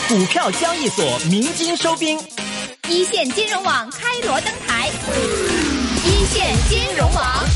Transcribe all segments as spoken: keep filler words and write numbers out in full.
股票交易所鸣金收兵， 一线金融网开锣登台，一线金融网。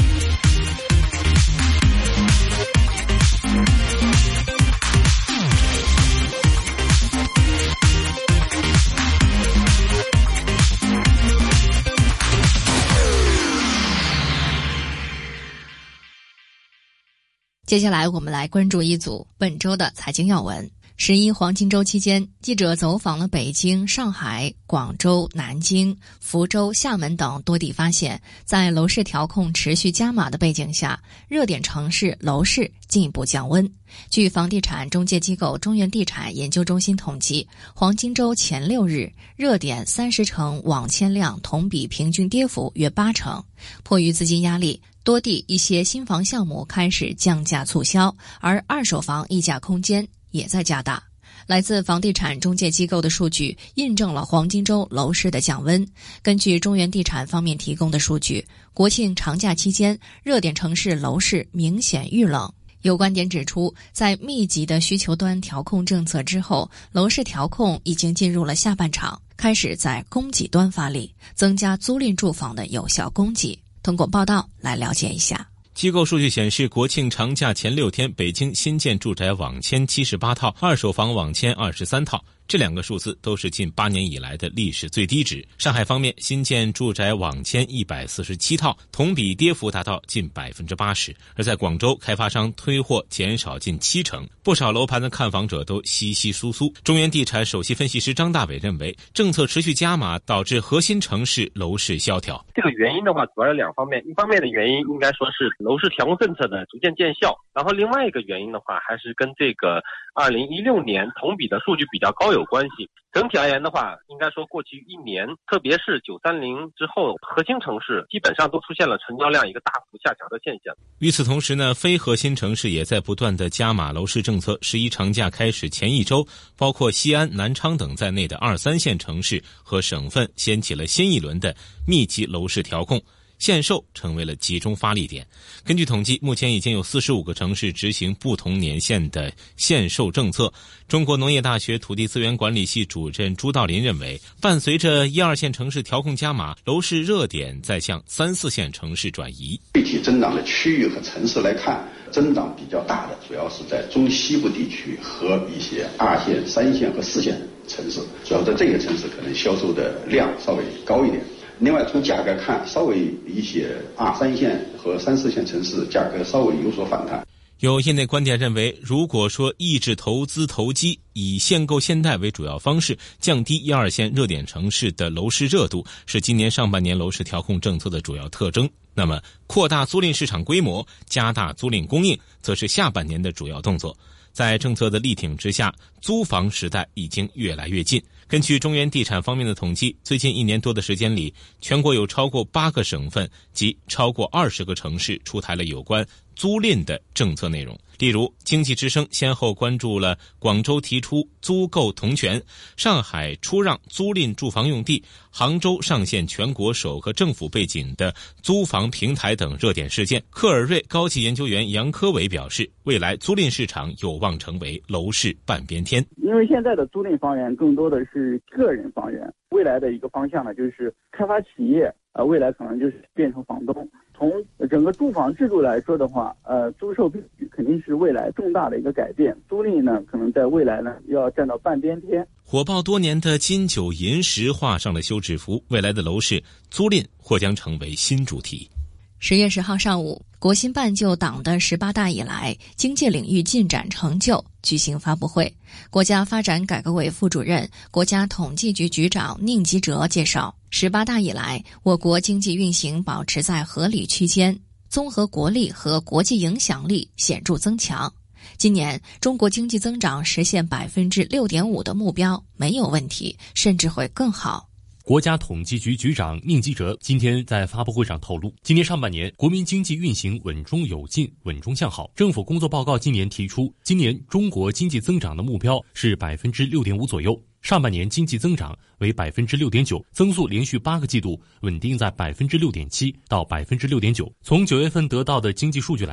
接下来我们来关注一组本周的财经要闻。十一黄金周期间，记者走访了北京、上海、广州、南京、福州、厦门等多地，发现在楼市调控持续加码的背景下，热点城市楼市进一步降温。据房地产中介机构中原地产研究中心统计，黄金周前六日，热点三十城网签量同比平均跌幅约八成。迫于资金压力，多地一些新房项目开始降价促销，而二手房溢价空间也在加大。来自房地产中介机构的数据印证了黄金周楼市的降温。根据中原地产方面提供的数据，国庆长假期间，热点城市楼市明显遇冷。有观点指出，在密集的需求端调控政策之后，楼市调控已经进入了下半场，开始在供给端发力，增加租赁住房的有效供给。通过报道来了解一下。 机构数据显示，国庆长假前六天，北京新建住宅网签七十八套，二手房网签二十三套。这两个数字都是近八年以来的历史最低值。上海方面，新建住宅网签一百四十七套，同比跌幅达到近百分之八十。而在广州，开发商推货减少近七成，不少楼盘的看房者都稀稀疏疏。中原地产首席分析师张大伟认为，政策持续加码导致核心城市楼市萧条。 这个原因的话，主要有两方面。一方面的原因应该说是楼市调控政策的逐渐见效，然后另外一个原因的话，还是跟这个二零一六年同比的数据比较高有关系。整体而言的话，应该说过去一年，特别是九三零之后，核心城市基本上都出现了成交量一个大幅下调的现象。 与此同时呢，非核心城市也在不断的加码楼市政策。十一长假开始前一周，包括西安、南昌等在内的二三线城市和省份掀起了新一轮的密集楼市调控。限售成为了集中发力点。根据统计，目前已经有四十五个城市执行不同年限的限售政策。中国农业大学土地资源管理系主任朱道林认为，伴随着一二线城市调控加码，楼市热点在向三四线城市转移。 具体增长的区域和城市来看，增长比较大的主要是在中西部地区和一些二线、三线和四线城市，主要在这些城市可能销售的量稍微高一点。另外从价格看，稍微一些二三线和三四线城市价格稍微有所反弹。 有业内观点认为，如果说抑制投资投机，以限购限贷为主要方式，降低一二线热点城市的楼市热度，是今年上半年楼市调控政策的主要特征。那么扩大租赁市场规模，加大租赁供应，则是下半年的主要动作。在政策的力挺之下，租房时代已经越来越近。根据中原地产方面的统计，最近一年多的时间里，全国有超过八个省份及超过二十个城市出台了有关租赁的政策内容。例如，经济之声先后关注了广州提出租购同权，上海出让租赁住房用地，杭州上线全国首个政府背景的租房平台等热点事件。克尔瑞高级研究员杨科伟表示，未来租赁市场有望成为楼市半边天。 因为现在的租赁房源更多的是个人房源，未来的一个方向呢，就是开发企业呃，未来可能就是变成房东。从整个住房制度来说的话，呃，租售比率肯定是未来重大的一个改变。租赁呢，可能在未来呢要占到半边天。 火爆多年的金九银十画上了休止符，未来的楼市租赁或将成为新主题。 十月十号上午，国新办就党的十八大以来经济领域进展成就举行发布会。国家发展改革委副主任、国家统计局局长宁吉喆介绍，十八大以来，我国经济运行保持在合理区间，综合国力和国际影响力显著增强。今年中国经济增长实现百分之六点五的目标没有问题，甚至会更好。 国家统计局局长宁吉喆今天在发布会上透露，今年上半年国民经济运行稳中有进，稳中向好。政府工作报告今年提出，今年中国经济增长的目标是百分之六点五左右。上半年经济增长为百分之六点九，增速连续八个季度稳定在百分之六点七到百分之六点九。从九月份得到的经济数据来看，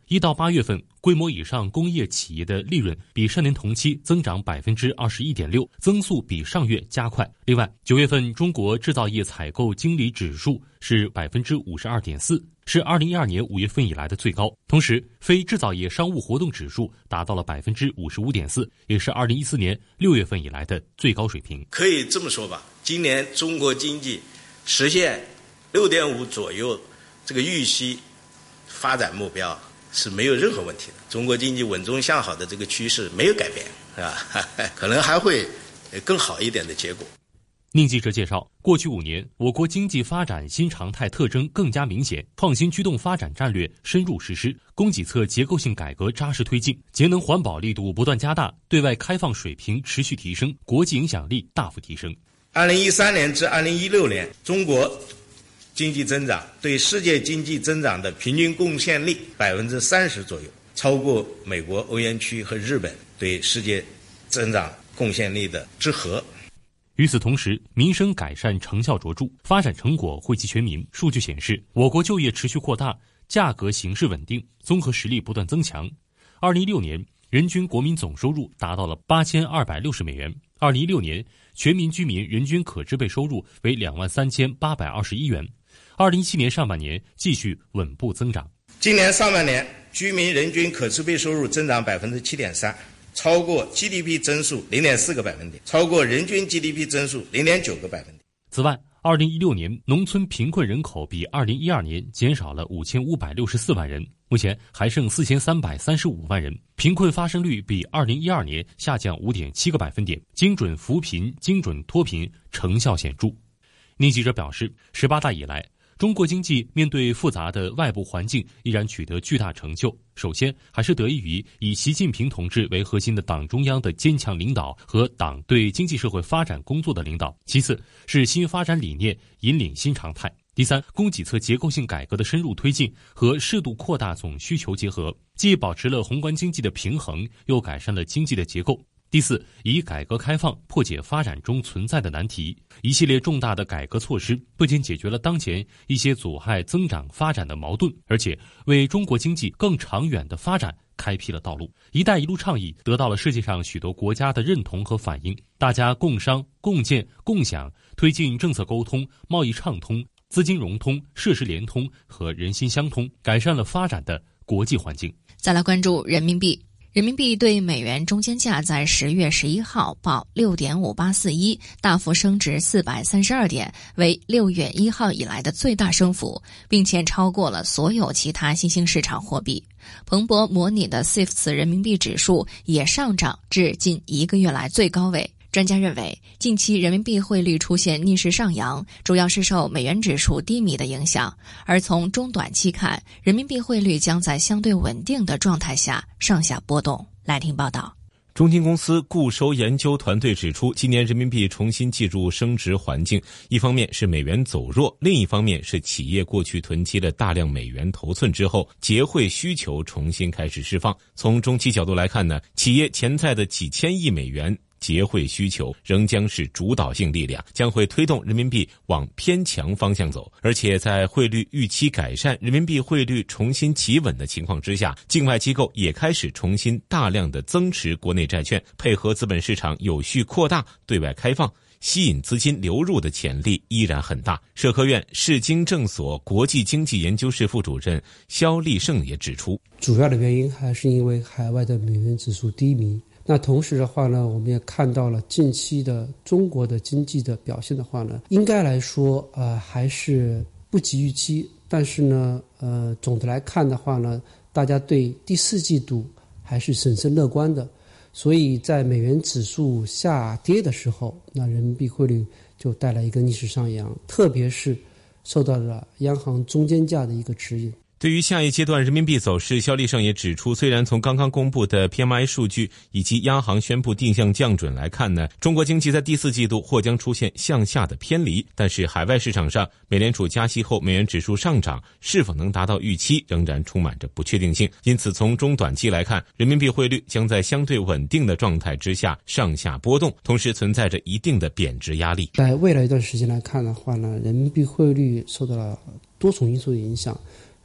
一到八月份，规模以上工业企业的利润比上年同期增长百分之二十一点六，增速比上月加快。另外，九月份中国制造业采购经理指数是百分之五十二点四，是二零一二年五月份以来的最高。同时，非制造业商务活动指数达到了百分之五十五点四，也是二零一四年六月份以来的最高水平。 可以这么说吧，今年中国经济实现六点五左右这个预期发展目标是没有任何问题的，中国经济稳中向好的这个趋势没有改变，是吧？可能还会更好一点的结果。 宁记者介绍，过去五年，我国经济发展新常态特征更加明显，创新驱动发展战略深入实施，供给侧结构性改革扎实推进，节能环保力度不断加大，对外开放水平持续提升，国际影响力大幅提升。 二零一三年至二零一六年，中国经济增长对世界经济增长的平均贡献力百分之三十左右，超过美国、欧元区和日本对世界增长贡献力的之和。 与此同时，民生改善成效卓著，发展成果惠及全民。数据显示，我国就业持续扩大，价格形势稳定，综合实力不断增强。二零一六年，人均国民总收入达到了八千二百六十美元。二零一六年，全民居民人均可支配收入为两万三千八百二十一元。二零一七年上半年继续稳步增长。 今年上半年，居民人均可支配收入增长百分之七点三，超过 G D P 增速零点四个百分点，超过人均 G D P 增速零点九个百分点。 此外，二零一六年农村贫困人口比二零一二年减少了五千五百六十四万人，目前还剩四千三百三十五万人，贫困发生率比二零一二年下降五点七个百分点，精准扶贫、精准脱贫成效显著。宁记者表示，十八大以来，中国经济面对复杂的外部环境依然取得巨大成就，首先还是得益于以习近平同志为核心的党中央的坚强领导和党对经济社会发展工作的领导，其次是新发展理念引领新常态，第三，供给侧结构性改革的深入推进和适度扩大总需求结合，既保持了宏观经济的平衡，又改善了经济的结构。第四，以改革开放破解发展中存在的难题。一系列重大的改革措施不仅解决了当前一些阻碍增长发展的矛盾，而且为中国经济更长远的发展开辟了道路。一带一路倡议得到了世界上许多国家的认同和反应，大家共商、共建、共享，推进政策沟通、贸易畅通、资金融通、设施联通和人心相通，改善了发展的国际环境。 再来关注人民币。人民币对美元中间价在十月十一号报六点五八四一，大幅升值四百三十二点，为六月一号以来的最大升幅，并且超过了所有其他新兴市场货币。彭博模拟的 C I F S 人民币指数也上涨至近一个月来最高位。专家认为，近期人民币汇率出现逆势上扬，主要是受美元指数低迷的影响。而从中短期看，人民币汇率将在相对稳定的状态下上下波动。来听报道。 中金公司固收研究团队指出，今年人民币重新进入升值环境，一方面是美元走弱，另一方面是企业过去囤积了大量美元头寸之后，结汇需求重新开始释放。从中期角度来看呢，企业潜在的几千亿美元结汇需求仍将是主导性力量，将会推动人民币往偏强方向走。而且在汇率预期改善、人民币汇率重新企稳的情况之下，境外机构也开始重新大量的增持国内债券，配合资本市场有序扩大、对外开放，吸引资金流入的潜力依然很大。社科院世经政所国际经济研究室副主任肖立胜也指出， 主要的原因还是因为海外的美元指数低迷。那同时的话呢，我们也看到了近期的中国的经济的表现的话呢，应该来说呃还是不及预期，但是呢呃总的来看的话呢，大家对第四季度还是审慎乐观的。所以在美元指数下跌的时候，那人民币汇率就带来一个逆势上扬，特别是受到了央行中间价的一个指引。 对于下一阶段人民币走势，肖立胜也指出，虽然从刚刚公布的 P M I 数据以及央行宣布定向降准来看呢，中国经济在第四季度或将出现向下的偏离，但是海外市场上美联储加息后美元指数上涨是否能达到预期仍然充满着不确定性。因此从中短期来看，人民币汇率将在相对稳定的状态之下上下波动，同时存在着一定的贬值压力。 在未来一段时间来看的话呢，人民币汇率受到了多重因素的影响。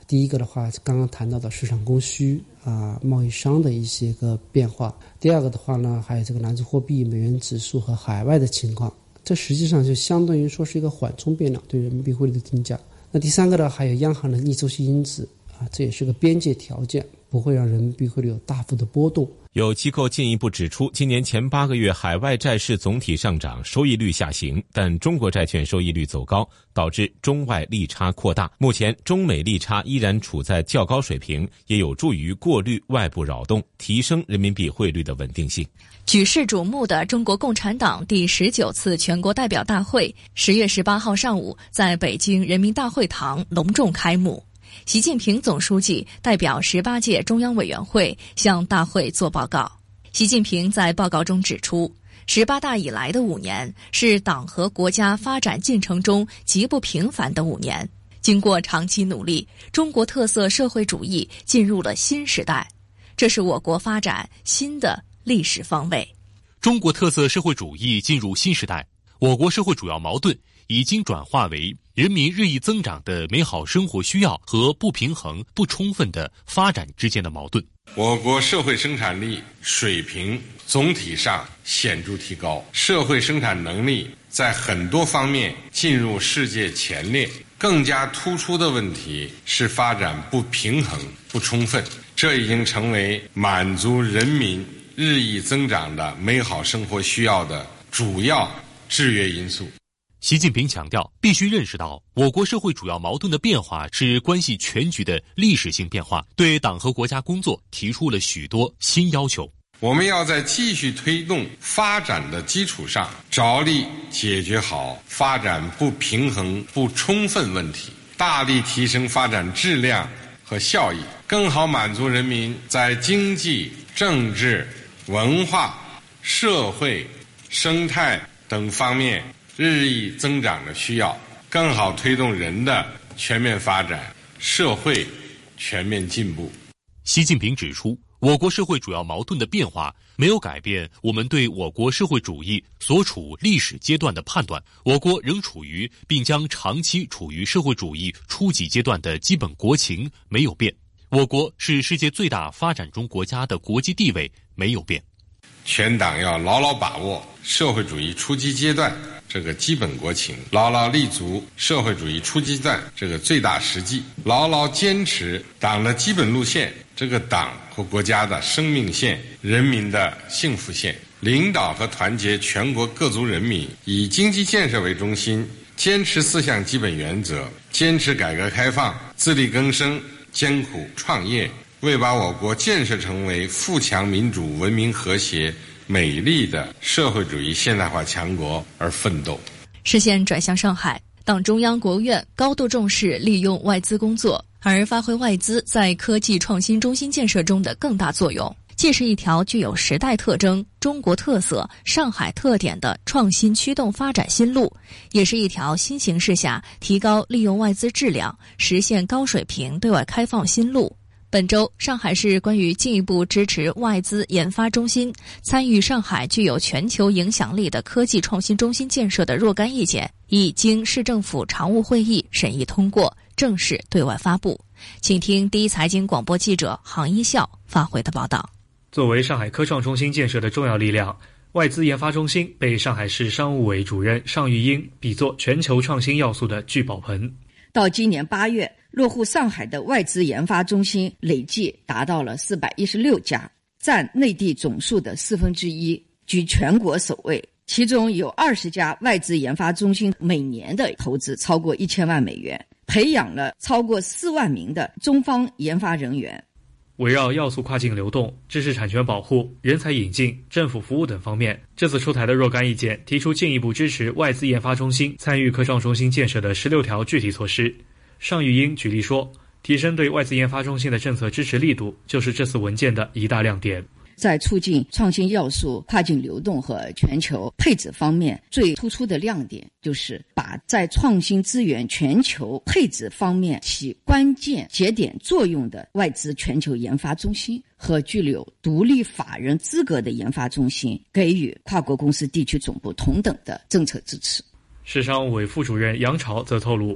第一个的话，刚刚谈到的市场供需啊，贸易商的一些个变化。第二个的话呢，还有这个篮子货币、美元指数和海外的情况。这实际上就相当于说是一个缓冲变量对人民币汇率的定价。那第三个呢，还有央行的逆周期因子啊，这也是个边界条件，不会让人民币汇率有大幅的波动。 有机构进一步指出，今年前八个月海外债市总体上涨，收益率下行，但中国债券收益率走高，导致中外利差扩大。目前中美利差依然处在较高水平，也有助于过滤外部扰动，提升人民币汇率的稳定性。 举世瞩目的中国共产党第十九次全国代表大会十月十八号上午在北京人民大会堂隆重开幕。习近平总书记代表十八届中央委员会向大会作报告。习近平在报告中指出，十八大以来的五年是党和国家发展进程中极不平凡的五年。经过长期努力，中国特色社会主义进入了新时代，这是我国发展新的历史方位。 中国特色社会主义进入新时代，我国社会主要矛盾已经转化为人民日益增长的美好生活需要和不平衡不充分的发展之间的矛盾。 我国社会生产力水平总体上显著提高，社会生产能力在很多方面进入世界前列。更加突出的问题是发展不平衡不充分，这已经成为满足人民日益增长的美好生活需要的主要制约因素。 习近平强调，必须认识到我国社会主要矛盾的变化是关系全局的历史性变化，对党和国家工作提出了许多新要求。 我们要在继续推动发展的基础上，着力解决好发展不平衡不充分问题，大力提升发展质量和效益，更好满足人民在经济、政治、文化、社会、生态等方面日益增长的需要，更好推动人的全面发展，社会全面进步。 习近平指出，我国社会主要矛盾的变化没有改变我们对我国社会主义所处历史阶段的判断，我国仍处于并将长期处于社会主义初级阶段的基本国情没有变，我国是世界最大发展中国家的国际地位没有变。 全党要牢牢把握社会主义初级阶段这个基本国情，牢牢立足社会主义初级阶段这个最大实际，牢牢坚持党的基本路线，这个党和国家的生命线、人民的幸福线，领导和团结全国各族人民，以经济建设为中心，坚持四项基本原则，坚持改革开放，自力更生，艰苦创业，为把我国建设成为富强民主、文明和谐、美丽的社会主义现代化强国而奋斗。 视线转向上海，党中央、国务院高度重视利用外资工作，而发挥外资在科技创新中心建设中的更大作用，既是一条具有时代特征、中国特色、上海特点的创新驱动发展新路，也是一条新形势下提高利用外资质量、实现高水平对外开放新路。本周，上海市关于进一步支持外资研发中心参与上海具有全球影响力的科技创新中心建设的若干意见，已经市政府常务会议审议通过，正式对外发布。请听第一财经广播记者杭一笑发回的报道。 作为上海科创中心建设的重要力量，外资研发中心被上海市商务委主任尚玉英比作全球创新要素的聚宝盆。 到今年八月，落户上海的外资研发中心累计达到了四百一十六家，占内地总数的四分之一，居全国首位。其中有二十家外资研发中心每年的投资超过一千万美元，培养了超过四万名的中方研发人员。 围绕要素跨境流动、知识产权保护、人才引进、政府服务等方面，这次出台的若干意见提出进一步支持外资研发中心参与科创中心建设的十六条具体措施。尚玉英举例说，提升对外资研发中心的政策支持力度就是这次文件的一大亮点。 在促进创新要素跨境流动和全球配置方面，最突出的亮点就是把在创新资源全球配置方面起关键节点作用的外资全球研发中心和具有独立法人资格的研发中心给予跨国公司地区总部同等的政策支持。 市商务委副主任杨朝则透露，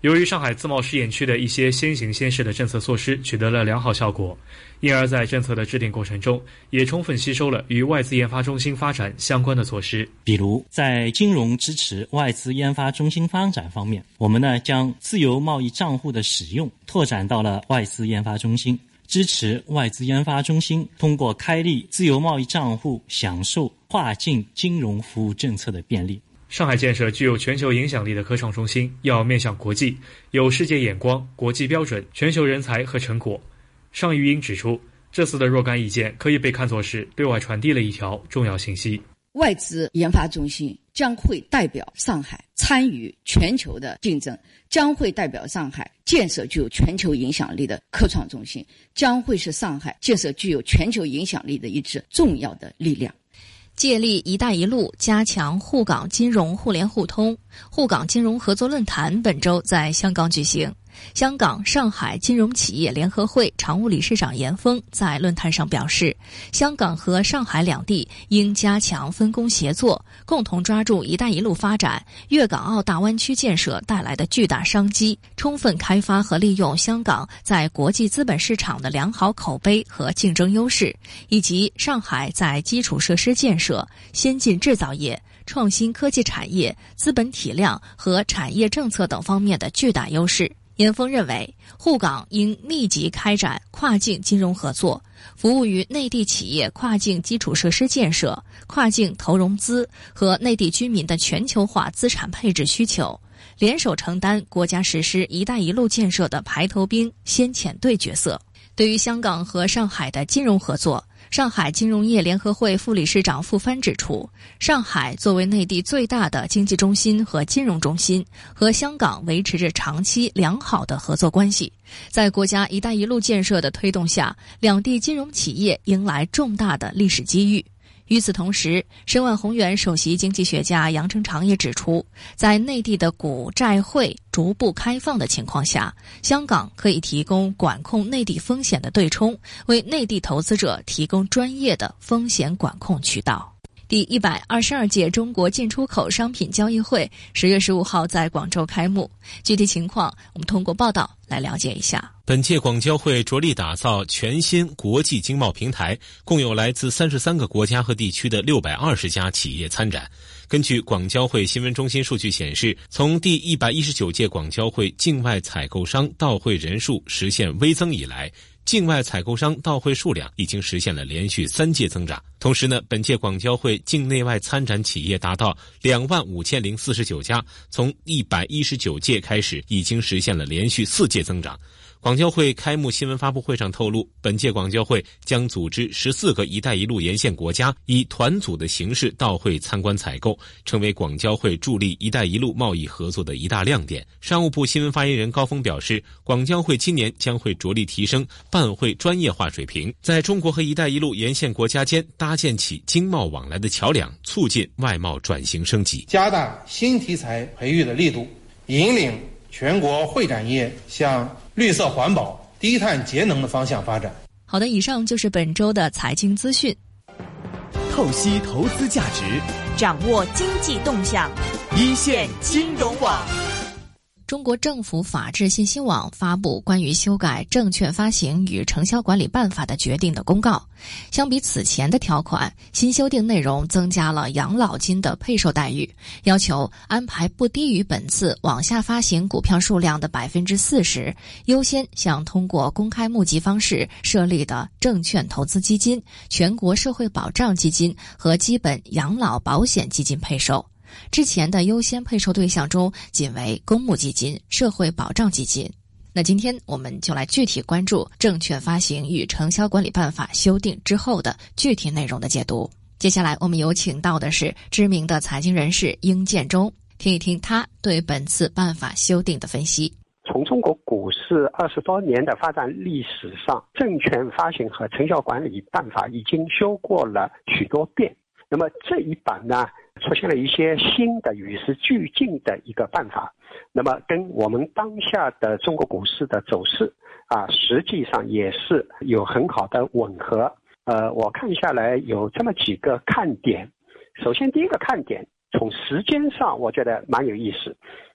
由于上海自贸试验区的一些先行先试的政策措施取得了良好效果，因而在政策的制定过程中，也充分吸收了与外资研发中心发展相关的措施。 比如，在金融支持外资研发中心发展方面，我们呢将自由贸易账户的使用拓展到了外资研发中心，支持外资研发中心通过开立自由贸易账户享受跨境金融服务政策的便利。 上海建设具有全球影响力的科创中心，要面向国际，有世界眼光、国际标准、全球人才和成果。尚玉英指出，这次的若干意见可以被看作是对外传递了一条重要信息。 外资研发中心将会代表上海参与全球的竞争，将会代表上海建设具有全球影响力的科创中心，将会是上海建设具有全球影响力的一支重要的力量。 借力“一带一路”加强沪港金融互联互通，沪港金融合作论坛本周在香港举行。香港上海金融企业联合会常务理事长严峰在论坛上表示，香港和上海两地应加强分工协作，共同抓住“一带一路”发展、粤港澳大湾区建设带来的巨大商机，充分开发和利用香港在国际资本市场的良好口碑和竞争优势，以及上海在基础设施建设、先进制造业、创新科技产业、资本体量和产业政策等方面的巨大优势。严峰认为，沪港应密集开展跨境金融合作，服务于内地企业跨境基础设施建设、跨境投融资和内地居民的全球化资产配置需求，联手承担国家实施“一带一路”建设的排头兵、先遣队角色。对于香港和上海的金融合作，上海金融业联合会副理事长傅帆指出，上海作为内地最大的经济中心和金融中心，和香港维持着长期良好的合作关系。在国家“一带一路”建设的推动下，两地金融企业迎来重大的历史机遇。与此同时，申万宏源首席经济学家杨成长也指出，在内地的股债汇逐步开放的情况下，香港可以提供管控内地风险的对冲，为内地投资者提供专业的风险管控渠道。第一百二十二届中国进出口商品交易会十月十五号在广州开幕，具体情况我们通过报道来了解一下。 本届广交会着力打造全新国际经贸平台，共有来自三十三个国家和地区的六百二十家企业参展。根据广交会新闻中心数据显示，从第一百一十九届广交会境外采购商到会人数实现微增以来，境外采购商到会数量已经实现了连续三届增长。同时呢，本届广交会境内外参展企业达到两万五千零四十九家，从一百一十九届开始已经实现了连续四届增长。广交会开幕新闻发布会上透露，本届广交会将组织十四个“一带一路”沿线国家以团组的形式到会参观采购，成为广交会助力“一带一路”贸易合作的一大亮点。商务部新闻发言人高峰表示，广交会今年将会着力提升办会专业化水平，在中国和“一带一路”沿线国家间搭建起经贸往来的桥梁，促进外贸转型升级， 加大新题材培育的力度，引领全国会展业向绿色环保、低碳节能的方向发展。 好的，以上就是本周的财经资讯。 透析投资价值， 掌握经济动向， 一线金融网。 中国政府法制信息网发布关于修改证券发行与承销管理办法的决定的公告。相比此前的条款，新修订内容增加了养老金的配售待遇，要求安排不低于本次网下发行股票数量的百分之四十，优先向通过公开募集方式设立的证券投资基金、全国社会保障基金和基本养老保险基金配售。之前的优先配售对象中仅为公募基金、社会保障基金。那今天我们就来具体关注证券发行与承销管理办法修订之后的具体内容的解读。接下来我们有请到的是知名的财经人士殷建中，听一听他对本次办法修订的分析。 从中国股市二十多年的发展历史上，证券发行和承销管理办法已经修过了许多遍。那么这一版呢，出现了一些新的与时俱进的一个办法，那么跟我们当下的中国股市的走势啊，实际上也是有很好的吻合。呃，我看下来有这么几个看点。首先第一个看点，从时间上我觉得蛮有意思。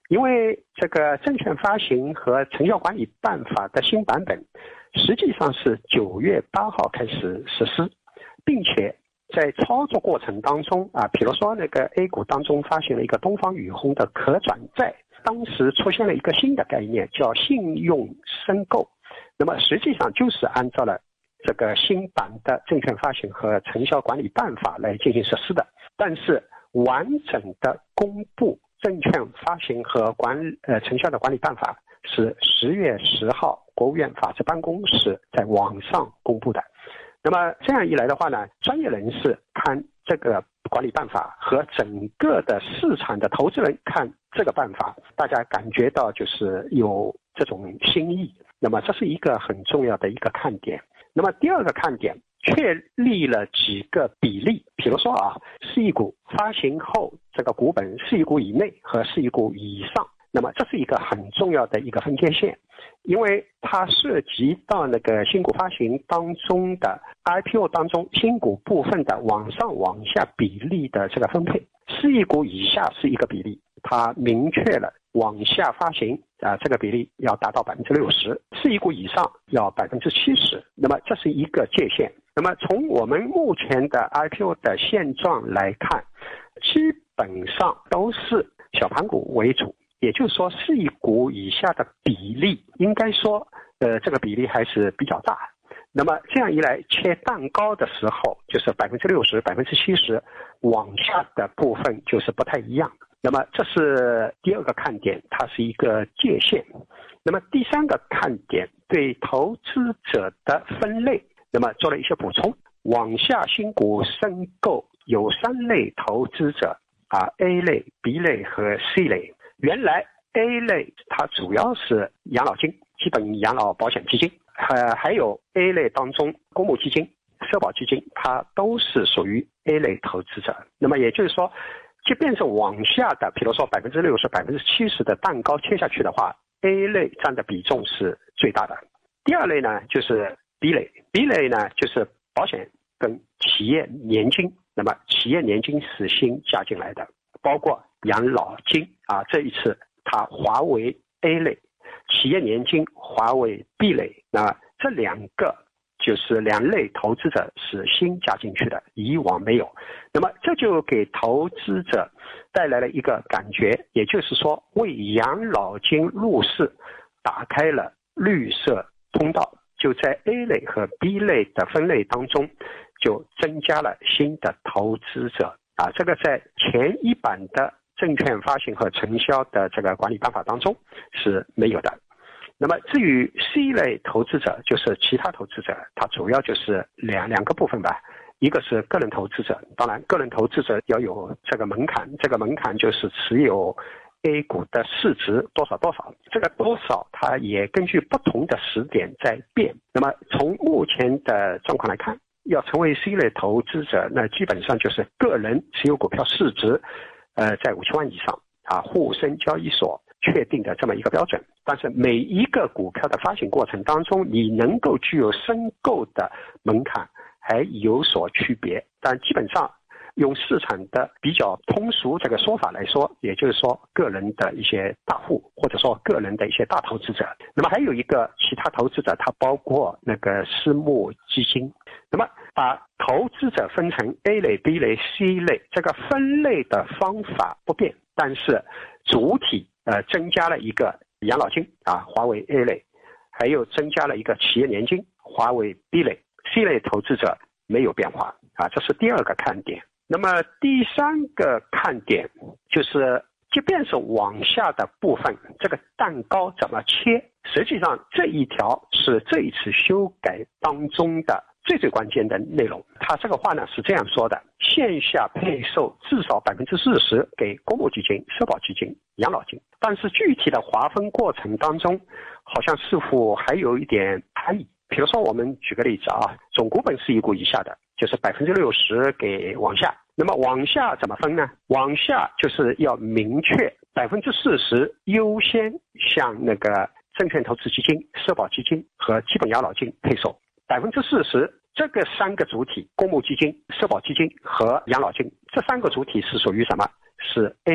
因为这个证券发行和成效管理办法的新版本实际上是九月八号开始实施，并且在操作过程当中啊，比如说那个 A 股当中发行了一个东方雨虹的可转债，当时出现了一个新的概念叫信用申购，那么实际上就是按照了这个新版的证券发行和成效管理办法来进行实施的。但是完整的公布证券发行和管呃成效的管理办法是十月十号国务院法制办公室在网上公布的。那么这样一来的话呢，专业人士看这个管理办法和整个的市场的投资人看这个办法，大家感觉到就是有这种新意，那么这是一个很重要的一个看点。那么第二个看点，确立了几个比例，比如说啊，市一股发行后这个股本市一股以内和市一股以上，那么这是一个很重要的一个分界线，因为它涉及到那个新股发行当中的 I P O 当中新股部分的往上往下比例的这个分配，市一股以下是一个比例，它明确了往下发行啊，这个比例要达到百分之六十，市一股以上要百分之七十，那么这是一个界限。那么从我们目前的 I P O 的现状来看，基本上都是小盘股为主，也就是说市一股以下的比例应该说呃这个比例还是比较大。那么这样一来，切蛋糕的时候就是百分之六十、百分之七十，往下的部分就是不太一样。那么这是第二个看点，它是一个界限。那么第三个看点，对投资者的分类，那么做了一些补充。往下新股申购有三类投资者啊 ，A 类、B 类和 C 类。原来 A 类它主要是养老金、基本养老保险基金，呃，还有 A 类当中公募基金、社保基金，它都是属于 A 类投资者。那么也就是说，即便是往下的，比如说百分之六十、百分之七十的蛋糕切下去的话 ，A 类占的比重是最大的。第二类呢，就是 B 类 ，B 类呢就是保险跟企业年金。那么企业年金是新加进来的，包括养老金啊，这一次它划为 A 类，企业年金划为 B 类。那这两个就是两类投资者是新加进去的，以往没有。那么这就给投资者带来了一个感觉，也就是说为养老金入市打开了绿色通道，就在 A 类和 B 类的分类当中就增加了新的投资者啊，这个在前一版的证券发行和承销的这个管理办法当中是没有的。那么至于 C 类投资者，就是其他投资者，它主要就是两两个部分吧。一个是个人投资者，当然个人投资者要有这个门槛，这个门槛就是持有 A 股的市值多少多少，这个多少它也根据不同的时点在变。那么从目前的状况来看，要成为 C 类投资者，那基本上就是个人持有股票市值呃在五千万以上啊，沪深交易所确定的这么一个标准。但是每一个股票的发行过程当中，你能够具有申购的门槛还有所区别，但基本上用市场的比较通俗这个说法来说，也就是说个人的一些大户，或者说个人的一些大投资者。那么还有一个其他投资者，它包括那个私募基金。那么把投资者分成 A 类、B 类、C 类，这个分类的方法不变，但是主体呃增加了一个养老金啊，划为 A 类，还有增加了一个企业年金，划为 B 类。C 类投资者没有变化啊，这是第二个看点。那么第三个看点就是，即便是往下的部分，这个蛋糕怎么切？实际上这一条是这一次修改当中的最最关键的内容。他这个话呢是这样说的：线下配售至少百分之四十给公募基金、社保基金、养老金，但是具体的划分过程当中，好像似乎还有一点差异。比如说我们举个例子啊，总股本是一股以下的，就是百分之六十给往下。那么往下怎么分呢？往下就是要明确百分之四十优先向那个证券投资基金、社保基金和基本养老金配售。百分之四十这个三个主体，公募基金、社保基金和养老金，这三个主体是属于什么？是 A 类。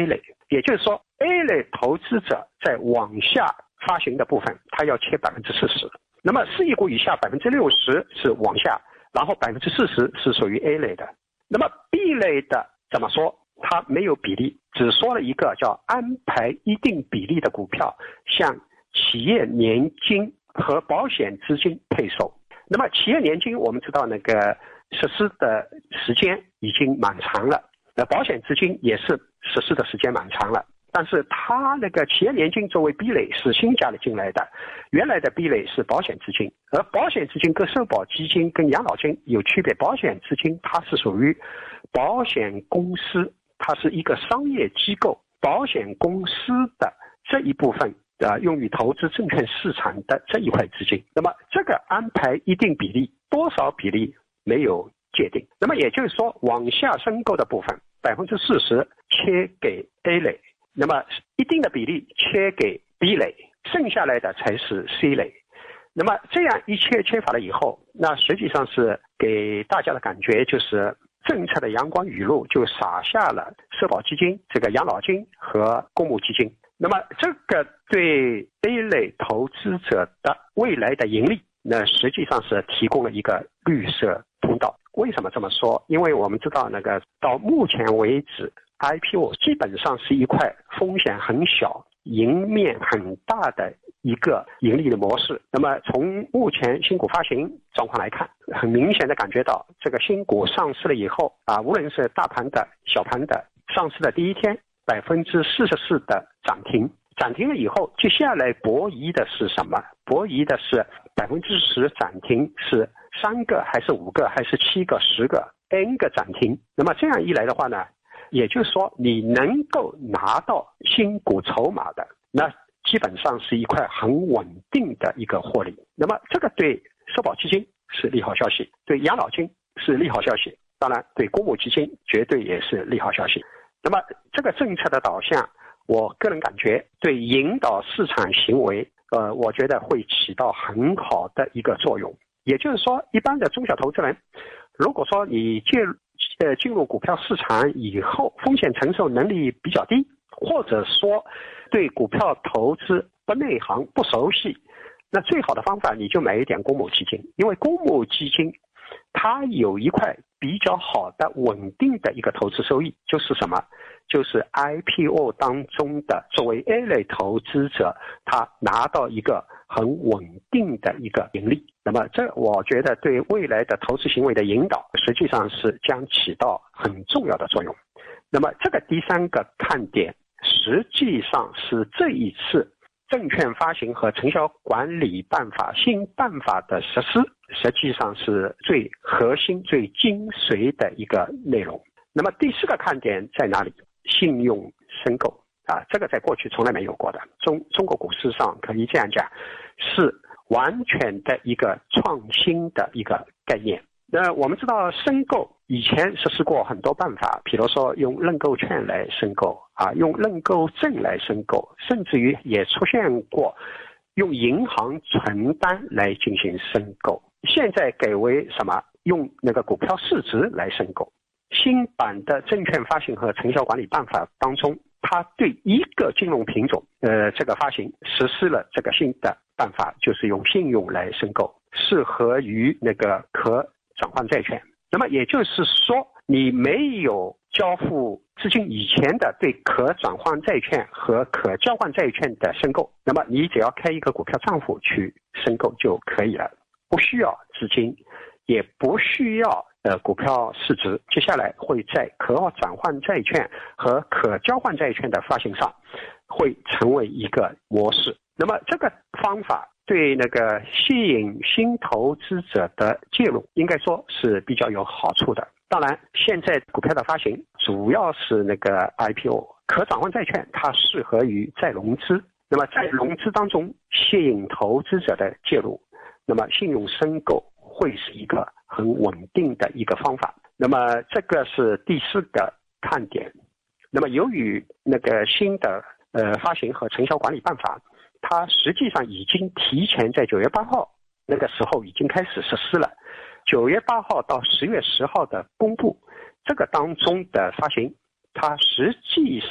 也就是说 A 类投资者在往下发行的部分，它要切百分之四十。那么四亿股以下百分之六十是往下，然后百分之四十是属于 A 类的。那么 B 类的怎么说？它没有比例，只说了一个叫安排一定比例的股票向企业年金和保险资金配售。那么企业年金我们知道那个实施的时间已经蛮长了，呃，保险资金也是实施的时间蛮长了，但是它那个企业年金作为 B 类是新加了进来的，原来的 B 类是保险资金，而保险资金跟社保基金跟养老金有区别，保险资金它是属于保险公司，它是一个商业机构，保险公司的这一部分呃，用于投资证券市场的这一块资金，那么这个安排一定比例，多少比例没有界定。那么也就是说，往下申购的部分百分之四十切给 A 类，那么一定的比例切给 B 类，剩下来的才是 C 类。那么这样一切切法了以后，那实际上是给大家的感觉就是政策的阳光雨露就洒下了社保基金、这个养老金和公募基金。那么这个对 A 类投资者的未来的盈利，那实际上是提供了一个绿色通道。为什么这么说？因为我们知道那个到目前为止 I P O 基本上是一块风险很小、赢面很大的一个盈利的模式。那么从目前新股发行状况来看，很明显的感觉到这个新股上市了以后啊，无论是大盘的、小盘的，上市的第一天百分之四十四的涨停，涨停了以后，接下来博弈的是什么？博弈的是百分之十涨停是三个还是五个还是七个、十个 N 个涨停。那么这样一来的话呢，也就是说你能够拿到新股筹码的，那基本上是一块很稳定的一个获利。那么这个对社保基金是利好消息，对养老金是利好消息，当然对公募基金绝对也是利好消息。那么这个政策的导向，我个人感觉对引导市场行为，呃，我觉得会起到很好的一个作用。也就是说，一般的中小投资人，如果说你进呃进入股票市场以后，风险承受能力比较低，或者说对股票投资不内行、不熟悉，那最好的方法你就买一点公募基金，因为公募基金它有一块比较好的稳定的一个投资收益，就是什么？就是 I P O 当中的作为 A 类投资者，他拿到一个很稳定的一个盈利。那么这我觉得对未来的投资行为的引导，实际上是将起到很重要的作用。那么这个第三个看点，实际上是这一次证券发行和承销管理办法新办法的实施，实际上是最核心、最精髓的一个内容。那么第四个看点在哪里？信用申购啊，这个在过去从来没有过的。中中国股市上可以这样讲，是完全的一个创新的一个概念。那我们知道申购以前实施过很多办法，比如说用认购券来申购啊，用认购证来申购，甚至于也出现过用银行存单来进行申购。现在改为什么？用那个股票市值来申购。新版的证券发行和承销管理办法当中，它对一个金融品种呃这个发行实施了这个新的办法，就是用信用来申购，适合于那个可转换债券。那么也就是说，你没有交付资金以前的对可转换债券和可交换债券的申购，那么你只要开一个股票账户去申购就可以了，不需要资金，也不需要呃股票市值。接下来会在可转换债券和可交换债券的发行上会成为一个模式。那么这个方法对那个吸引新投资者的介入应该说是比较有好处的。当然现在股票的发行主要是那个 I P O， 可转换债券它适合于再融资，那么在融资当中吸引投资者的介入，那么信用申购会是一个很稳定的一个方法。那么这个是第四个看点。那么由于那个新的呃发行和承销管理办法，它实际上已经提前在九月八号那个时候已经开始实施了。九月八号到十月十号的公布，这个当中的发行，它实际上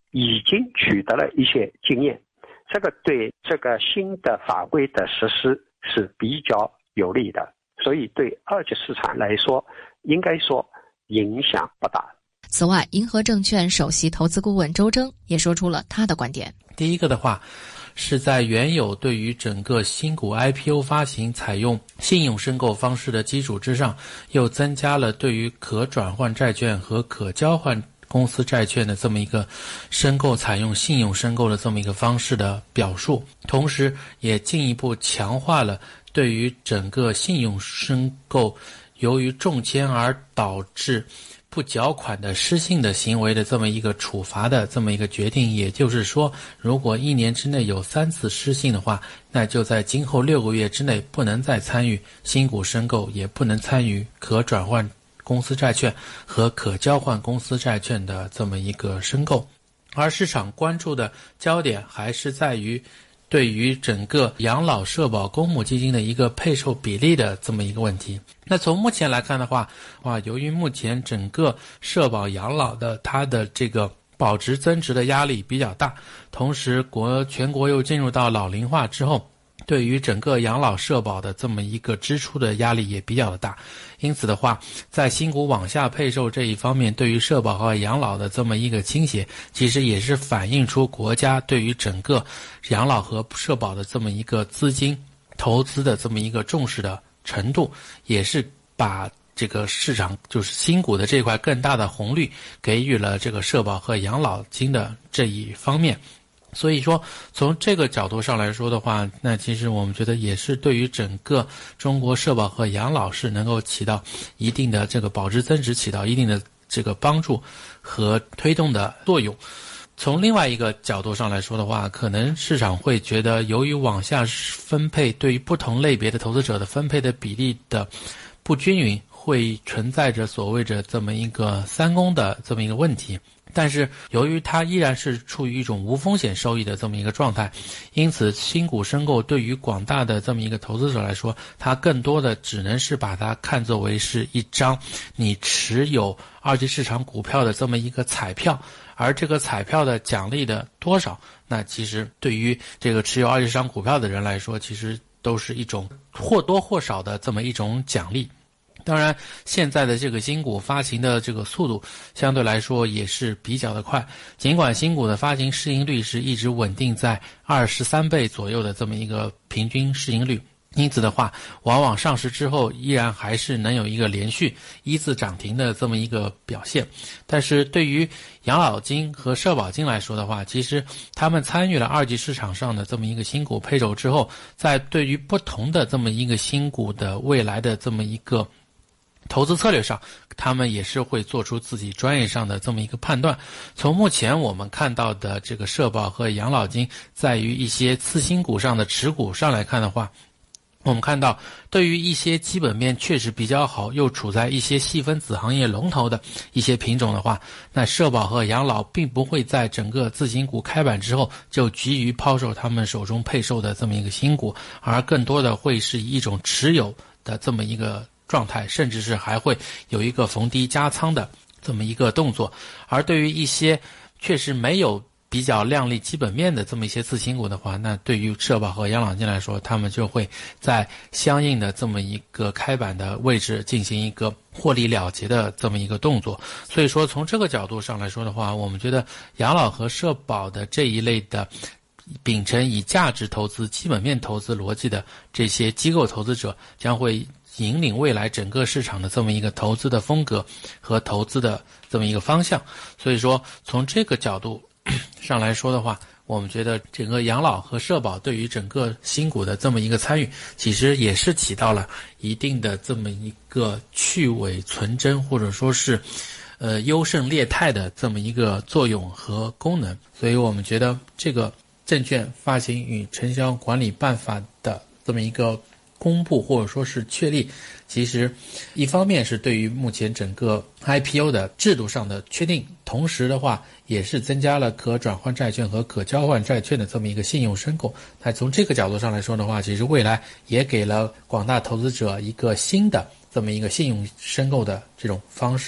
已经取得了一些经验，这个对这个新的法规的实施是比较有利的，所以对二级市场来说，应该说影响不大。 此外，银河证券首席投资顾问周征也说出了他的观点。 第一个的话，是在原有对于整个新股 I P O 发行采用信用申购方式的基础之上，又增加了对于可转换债券和可交换公司债券的这么一个申购采用信用申购的这么一个方式的表述，同时也进一步强化了对于整个信用申购由于中签而导致不缴款的失信的行为的这么一个处罚的这么一个决定。也就是说，如果一年之内有三次失信的话，那就在今后六个月之内不能再参与新股申购，也不能参与可转换公司债券和可交换公司债券的这么一个申购。而市场关注的焦点还是在于对于整个养老社保公募基金的一个配售比例的这么一个问题。那从目前来看的话，哇，由于目前整个社保养老的它的这个保值增值的压力比较大，同时国全国又进入到老龄化之后，对于整个养老社保的这么一个支出的压力也比较的大。因此的话，在新股往下配售这一方面，对于社保和养老的这么一个倾斜，其实也是反映出国家对于整个养老和社保的这么一个资金投资的这么一个重视的程度，也是把这个市场就是新股的这块更大的红利给予了这个社保和养老金的这一方面。所以说从这个角度上来说的话，那其实我们觉得也是对于整个中国社保和养老是能够起到一定的这个保值增值，起到一定的这个帮助和推动的作用。从另外一个角度上来说的话，可能市场会觉得由于往下分配对于不同类别的投资者的分配的比例的不均匀，会存在着所谓的这么一个三公的这么一个问题。但是由于它依然是处于一种无风险收益的这么一个状态，因此新股申购对于广大的这么一个投资者来说，它更多的只能是把它看作为是一张你持有二级市场股票的这么一个彩票，而这个彩票的奖励的多少，那其实对于这个持有二级市场股票的人来说，其实都是一种或多或少的这么一种奖励。当然现在的这个新股发行的这个速度相对来说也是比较的快，尽管新股的发行市盈率是一直稳定在二十三倍左右的这么一个平均市盈率，因此的话往往上市之后依然还是能有一个连续一字涨停的这么一个表现。但是对于养老金和社保金来说的话，其实他们参与了二级市场上的这么一个新股配售之后，在对于不同的这么一个新股的未来的这么一个投资策略上，他们也是会做出自己专业上的这么一个判断。从目前我们看到的这个社保和养老金在于一些次新股上的持股上来看的话，我们看到对于一些基本面确实比较好又处在一些细分子行业龙头的一些品种的话，那社保和养老并不会在整个自行股开板之后就急于抛售他们手中配售的这么一个新股，而更多的会是以一种持有的这么一个状态，甚至是还会有一个逢低加仓的这么一个动作。而对于一些确实没有比较亮丽基本面的这么一些次新股的话，那对于社保和养老金来说，他们就会在相应的这么一个开板的位置进行一个获利了结的这么一个动作。所以说从这个角度上来说的话，我们觉得养老和社保的这一类的秉承以价值投资基本面投资逻辑的这些机构投资者，将会引领未来整个市场的这么一个投资的风格和投资的这么一个方向。所以说从这个角度上来说的话，我们觉得整个养老和社保对于整个新股的这么一个参与，其实也是起到了一定的这么一个去伪存真，或者说是呃优胜劣汰的这么一个作用和功能。所以我们觉得这个证券发行与承销管理办法的这么一个公布或者说是确立，其实一方面是对于目前整个 I P O 的制度上的确定，同时的话也是增加了可转换债券和可交换债券的这么一个信用申购。那从这个角度上来说的话，其实未来也给了广大投资者一个新的这么一个信用申购的这种方式，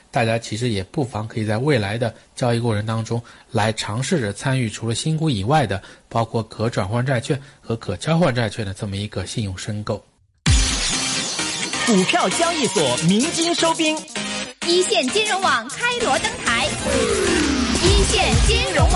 大家其实也不妨可以在未来的交易过程当中来尝试着参与除了新股以外的包括可转换债券和可交换债券的这么一个信用申购。 股票交易所鸣金收兵， 一线金融网开锣登台，一线金融